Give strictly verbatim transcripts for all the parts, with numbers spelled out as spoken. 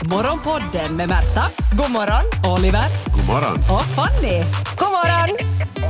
Morgonpodden med Märta. God morgon. Oliver. God morgon. Och Fanny. God morgon.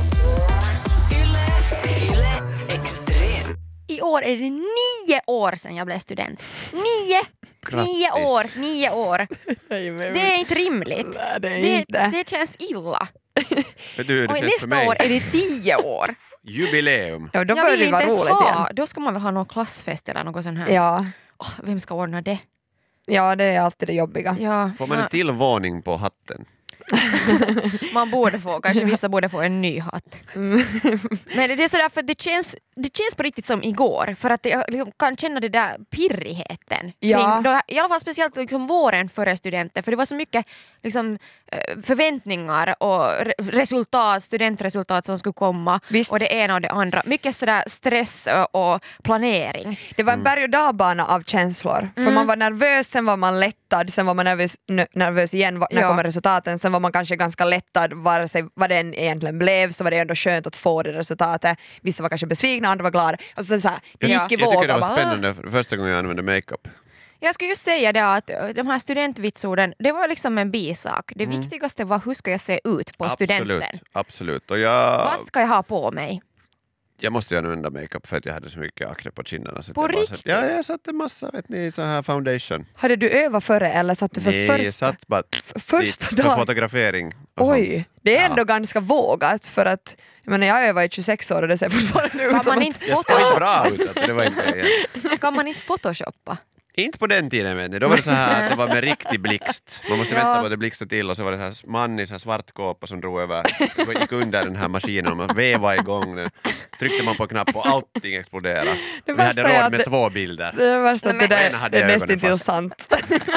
I år är det nio år sedan jag blev student. Nio! Grattis. Nio år, nio år. Nej, men... Det är inte rimligt. Nej, det är det, inte. det känns illa. Vet du, det Och känns för nästa mig år är det tio år. jubileum. Ja, då jag börjar vill det inte vara ens roligt ha. igen. Då ska man väl ha någon klassfest eller något sånt här. Ja. Oh, vem ska ordna det? ja, det är alltid det jobbiga. Ja, Får man en till våning på hatten? man borde få, kanske vissa borde få en ny hatt. Mm. Men det är sådär för det känns, det känns på riktigt som igår. För att jag liksom kan känna det där pirrigheten. Ja. Kring, då, i alla fall speciellt liksom våren före studenten. För det var så mycket liksom, förväntningar och re- resultat, studentresultat som skulle komma. Visst. Och det ena och det andra. Mycket sådär stress och, och planering. Det var en berg- och dalbana av känslor. För man var nervös, sen var man lättad, sen var man nervös, n- nervös igen. När Ja. kommer resultaten? Sen var man kanske ganska lättad vare sig vad den egentligen blev, så var det ändå skönt att få det resultatet. Vissa var kanske besvikna, andra var glada. Alltså, så här, det Ja. gick i Jag tycker vågor. det var bara, spännande för första gången jag använde makeup. Jag skulle just säga det att de här studentvitsorden, det var liksom en bisak. Det viktigaste var hur ska jag se ut på studenten. Absolut, absolut. Och jag, Vad ska jag ha på mig? jag måste ju använda makeup för att jag hade så mycket akne på kinderna. Så På jag bara riktigt? satt, ja, jag satte massa, vet ni, så här foundation. Hade du övat före eller satt du för Nej, jag första? satt bara första dit för dagen? fotografering. och Oj, sånt. det är ändå Ja. ganska vågat för att jag menar, jag övar i tjugosex år och det ser fortfarande ut Kan som man att... inte Jag såg photoshoppa? bra ut, att det var inte igen. Kan man inte photoshoppa? Inte på den tiden, vet ni. Då var det så här att det var med riktig blixt. Man måste Ja. vänta på att det blixtade till och så var det så här man i så här svart kåpa som drog över, gick under den här maskinen och man vevade igång den. Tryckte man på en knapp och allting exploderade. Vi värsta hade är råd att med det- två bilder. Det är värst att Nej, det men- där Ena hade är ögonen nästan fast. sant.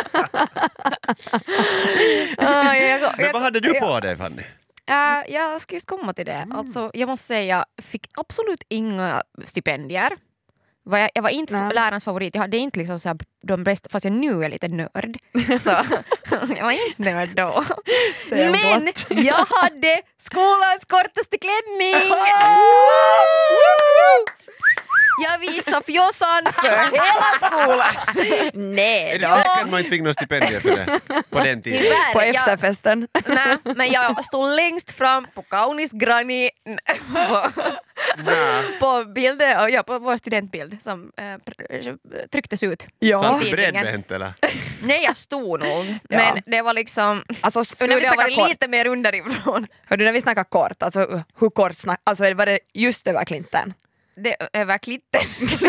Ah, jag, jag, Men vad hade du jag, på dig, Fanny? Äh, jag ska just komma till det. Alltså, jag måste säga, jag fick absolut inga stipendier. Var jag, jag var inte Nej. lärarens favorit. Jag hade inte liksom så här, de bästa, fast jag nu är lite nörd. Så jag var inte nörd då. Säger jag Men glatt. jag hade skolans kortaste klänning! Jag visade fjossan för hela skolan. Nej Är det då. säkert att man inte fick några stipendier för det på den tiden? Tyvärr. På jag, efterfesten. nej, men jag stod längst fram på Kaunis Granny på, på bilder, ja, på vår studentbild som eh, pr- trycktes ut. Ja. Satt du tidningen. bredbent eller? Nej, jag stod nog. Ja. Men det var liksom... Alltså, Skulle när vi det ha snackar varit kort, lite mer underifrån. hörde, när vi snackar kort, alltså hur kort snack, alltså var det just över klinten? Det, över klitten.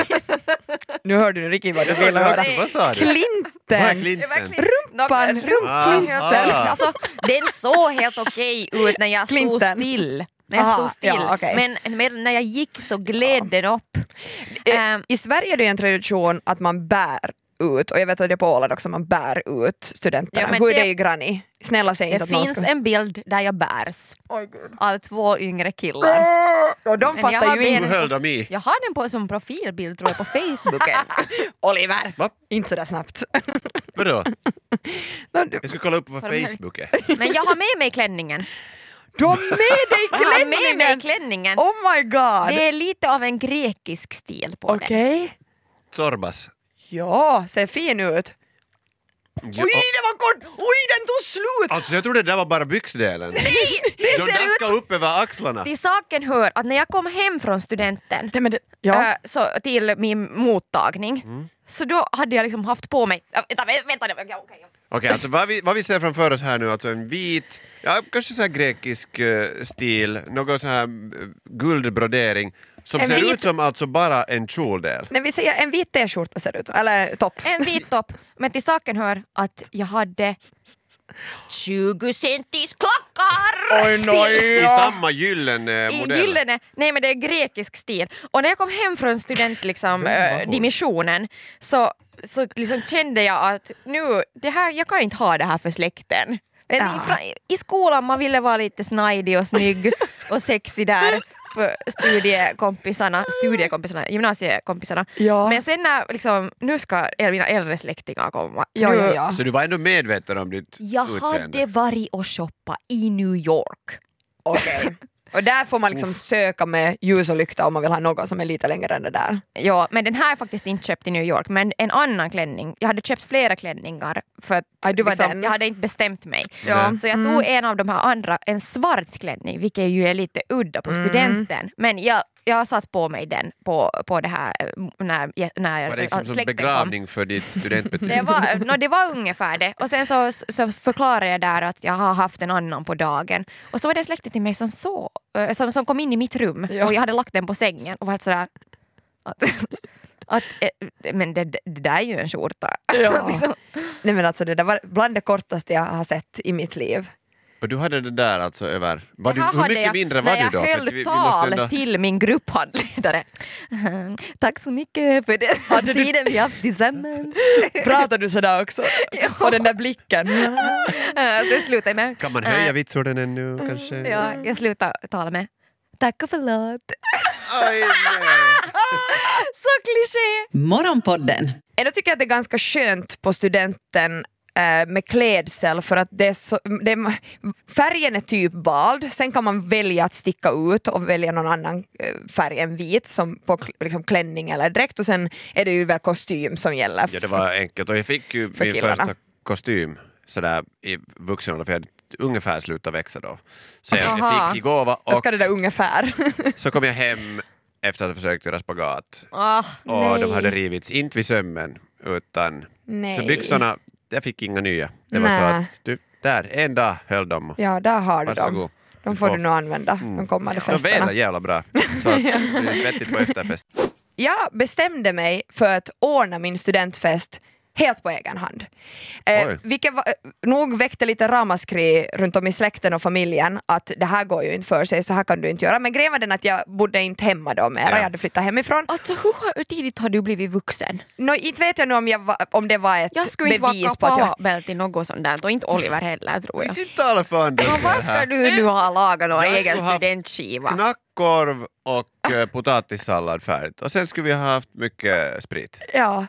Nu hörde du riktigt vad du ville Vad- höra. Vad sa du? Klinten! Vad är Över klinten? klitten. Rumpan, Nå- rumpan. Ah. Alltså, den såg helt okej ut när jag stod Klinten. still. När jag Aha, stod still. ja, okej. men, men när jag gick så gled den upp. Ehm, I Sverige är det ju en tradition att man bär ut, och jag vet att det är på Åland också, man bär ut studenterna. Ja, men hur är det- det i Granny? Snälla säg det inte att någon finns ska... en bild där jag bärs Oj, gud. av två yngre killar. Och de Men jag fattar har ju inte. ben- Hur höll de i? Jag har den på som profilbild tror jag på Facebooken. Oliver! Va? Inte sådär snabbt. Vadå? No, du- Jag ska kolla upp vad Har de här- Facebook är. Men jag har med mig klänningen. Du har med dig Jag har med mig klänningen! klänningen. Oh my god! Det är lite av en grekisk stil på den. Okej. Sorbas. Ja, ser fin ut. Ja, Oj, det var kort! Oj, den tog slut! alltså jag trodde det där var bara byxdelen. Det De ser där ska ut... upp över axlarna. Till saken hör att när jag kom hem från studenten Nej, men det, ja. äh, så, till min mottagning Mm. så då hade jag liksom haft på mig... Äh, vänta, vänta, vänta, vänta, okej, okej. Okej, alltså vad vi, vad vi ser framför oss här nu, alltså en vit, ja kanske så här grekisk eh, stil, någon så här eh, guldbrodering som En ser vit- ut som alltså bara en kjoldel. När vi säger en vit t-skjorta ser det ut, eller topp. En vit topp, men till saken hör att jag hade tjugo centis klackar! Oj, nej, I ja. samma gyllene I modell. gyllene, nej men det är grekisk stil. Och när jag kom hem från student liksom, äh, dimissionen så, så liksom kände jag att nu, det här, jag kan inte ha det här för släkten. Men Ja. i, fra- I skolan man ville vara lite snajdig och snygg och sexig där för studiekompisarna, studiekompisarna, gymnasiekompisarna. Ja. Men sen när liksom, nu ska mina äldre släktingar komma. Ja, nu, ja, ja. Så du var ändå medveten om ditt Jag utseende? hade varit och shoppa i New York. Okej. Och där får man liksom söka med ljus och lykta om man vill ha något som är lite längre än det där. Ja, men den här är faktiskt inte köpt i New York, men en annan klänning. Jag hade köpt flera klänningar för att Aj, du var liksom, den. jag hade inte bestämt mig. Ja. Så jag tog Mm. en av de här andra, en svart klänning, vilket ju är lite udda på studenten. Men jag, jag satt på mig den på, på det här när, när Var det liksom som släkten kom. begravning för ditt studentbetyg? Det var, no, det var ungefär det. Och sen så, så förklarade jag där att jag har haft en annan på dagen. Och så var det en släkte till mig som, så, som, som kom in i mitt rum. Ja. Och jag hade lagt den på sängen och var helt sådär att, att, men det, det där är ju en skjorta. Ja. liksom. Nej men alltså det där var bland det kortaste jag har sett i mitt liv. Och du hade det där alltså över... Var Det du, här hur hade mycket jag mindre var när du då? jag För höll att vi- vi tal måste ändå- till min grupphandledare. Tack så mycket för den tiden vi har haft tillsammans. Pratar du sådär också? Ja. Och den där blicken. Det slutade med. Kan man höja vitsorden ännu kanske? Ja, jag slutade tala med tack och förlåt. Aj, nej. Så kliché! Morgonpodden. Jag tycker att det är ganska skönt på studenten eh, med klädsel för att det är så, det är, färgen är typ vald, sen kan man välja att sticka ut och välja någon annan eh, färg än vit som på kl- liksom klänning eller dräkt och sen är det ju väl kostym som gäller. Ja, det var enkelt och jag fick ju För min killarna. första kostym sådär i vuxen ålder för jag hade ungefär slutat växa då. Så jag, jag Aha. fick i gåva Jag och ska det där ungefär. så kom jag hem efter att ha försökt göra spagat Ah, och de nej. hade rivits, inte vid sömmen utan Nej. så byxorna, jag fick inga nya. Det var så Nej. att du, där, en dag höll de. Ja, där har du dem. Varsågod. De får du nog använda de kommande De festerna. vädrar jävla bra. Så att det är svettigt på efterfest. Jag bestämde mig för att ordna min studentfest helt på egen hand. Eh, Oj. vilket var, nog väckte lite ramaskri runt om i släkten och familjen att det här går ju inte för sig, så här kan du inte göra. Men grejen var den att jag bodde inte hemma då mera, Ja. jag hade flyttat hemifrån. alltså hur, har- hur tidigt har du blivit vuxen? Nå, inte vet jag nu om, jag var, om det var ett Jag skulle inte vara bevis på att jag... kapabel till något sånt där och inte Oliver heller tror jag. Vi inte tala för andra. Men vad ska du nu ha lagat någon Jag egen skulle ha studentskiva? Knackkorv och eh, potatissallad färdigt. Och sen skulle vi ha haft mycket sprit. Ja,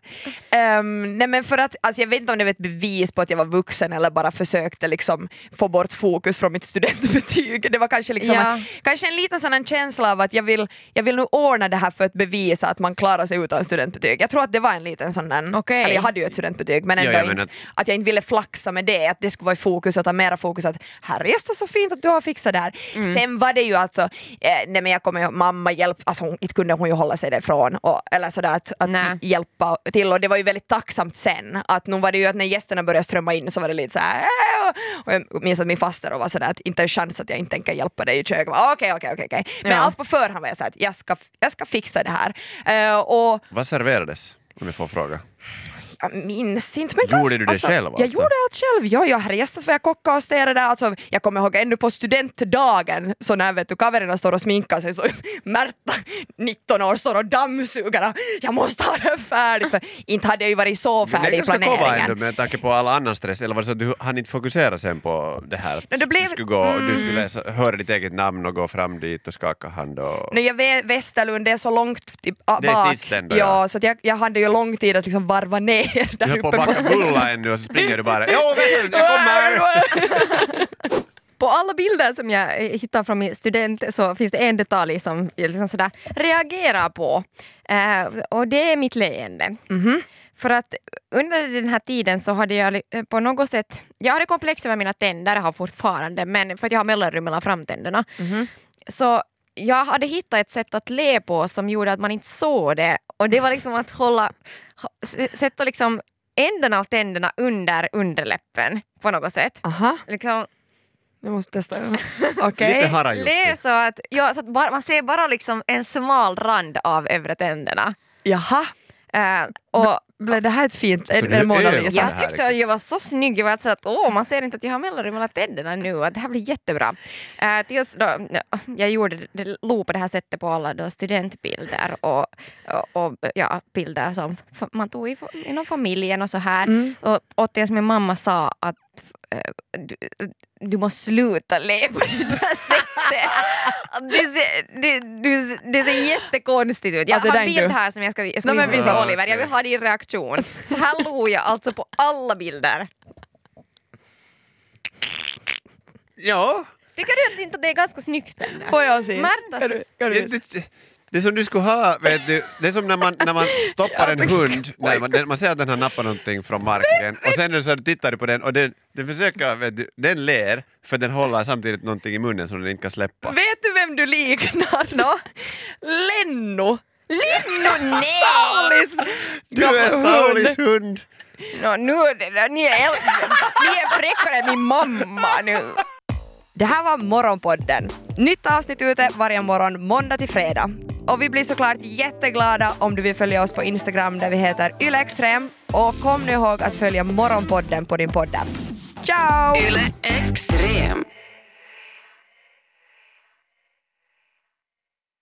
um, nej men för att, alltså jag vet inte om det var ett bevis på att jag var vuxen eller bara försökte liksom få bort fokus från mitt studentbetyg. Det var kanske liksom Ja. en, kanske en liten sån en känsla av att jag vill, jag vill nu ordna det här för att bevisa att man klarar sig utan studentbetyg. Jag tror att det var en liten sån där, Okej. eller jag hade ju ett studentbetyg men ändå Ja, jag inte, menar att... att- jag inte ville flaxa med det, att det skulle vara i fokus och ta mera fokus att här är det så fint att du har fixat det här. Mm. Sen var det ju alltså, eh, nej men jag kommer ihåg, mamma hjälp, alltså hon, inte kunde hon ju hålla sig därifrån och, eller sådär att, att Nej. hjälpa till och det var ju väldigt tacksamt sen att nu var det ju att när gästerna började strömma in så var det lite så här "Äh", och jag minns att min faster var sådär att inte en chans att jag inte tänker hjälpa dig i köket. Okej okej okej okej. Men Ja. allt på förhand var jag såhär att jag ska, jag ska fixa det här. Eh, och Vad serverades? Om jag får fråga. jag minns inte. Men Gjorde du det själv Jag alltså? gjorde allt själv. Ja, jag hade gästas för jag kockade och städade där. Alltså, jag kommer ihåg ännu på studentdagen så när vet du, kaverna står och sminkar sig så Märta, nitton år, står och dammsuger. Jag måste ha det färdigt. För inte hade jag ju varit så Men det är färdig i ganska kova planeringen. ändå med tanke på all annan stress. Eller var det så att du hann inte fokusera sen på det här? Att Men det blev- Du skulle gå, du skulle läsa, höra ditt eget namn och gå fram dit och skaka hand och... Nej, jag vet, Västerlund, det är så långt typ, ah, Det är bak. sist ändå, ja. ja. Så att jag, jag hade ju lång tid att liksom varva ner Du där höll på uppe att på baka scenen. bulla ännu och så springer du bara. Jo, Västerlund, jag kommer! På alla bilder som jag eh, hittar från min student så finns det en detalj som jag liksom sådär reagerar på. Eh, och det är mitt leende. För att under den här tiden så hade jag li- på något sätt, jag hade komplex över mina tänder, jag har fortfarande, men för att jag har mellanrum mellan framtänderna. Så jag hade hittat ett sätt att le på som gjorde att man inte såg det. Och det var liksom att hålla, ha, s- sätta liksom änden av tänderna under underläppen på något sätt. Aha, Liksom, jag måste testa. Okej. Lite Harajussi. le så att, ja, så att bara, man ser bara liksom en smal rand av övre tänderna. Jaha, Eh, och blev det här ett fint, Så är du det Mona övar Lisa? det jag här tyckte att jag var så snygg. Jag var så att åh, man ser inte att jag har mellanrum mellan tänderna nu. Att det här blir jättebra. Uh, tills då, ja, jag gjorde det, låg på det här sättet på alla då studentbilder och, och, och ja, bilder som f- man tog i, inom familjen och så här. Mm. Och, och tills min mamma sa att eh, du, du måste sluta le på det där sättet. Det ser, det, du, det ser jättekonstigt ut. Jag Ja, det har där en är bild du. här som jag ska, jag ska Nej, men visa visa. Oliver. Jag vill ha din reaktion. Så här låg jag alltså på alla bilder. Ja, Tycker du att inte det är ganska snyggt ändå? Får jag se? Märta, Kan du, kan Det, du? det, det är som du skulle ha, vet du, det är som när man, när man stoppar en hund, när man, den, man ser att den har nappat någonting från marken och sen är det så att du tittar på den och den, den försöker, vet du, den ler för den håller samtidigt någonting i munnen som den inte kan släppa. Vet du vem du liknar? No. Lenno! Linno, nej! Saulis! Du är Saulis hund! No, nu, ni, är, ni är fräckare än min mamma nu. Det här var Morgonpodden. Nytt avsnitt ute varje morgon måndag till fredag. Och vi blir såklart jätteglada om du vill följa oss på Instagram där vi heter ylextrem. Och kom nu ihåg att följa Morgonpodden på din poddapp. Ciao! Yle Extrem.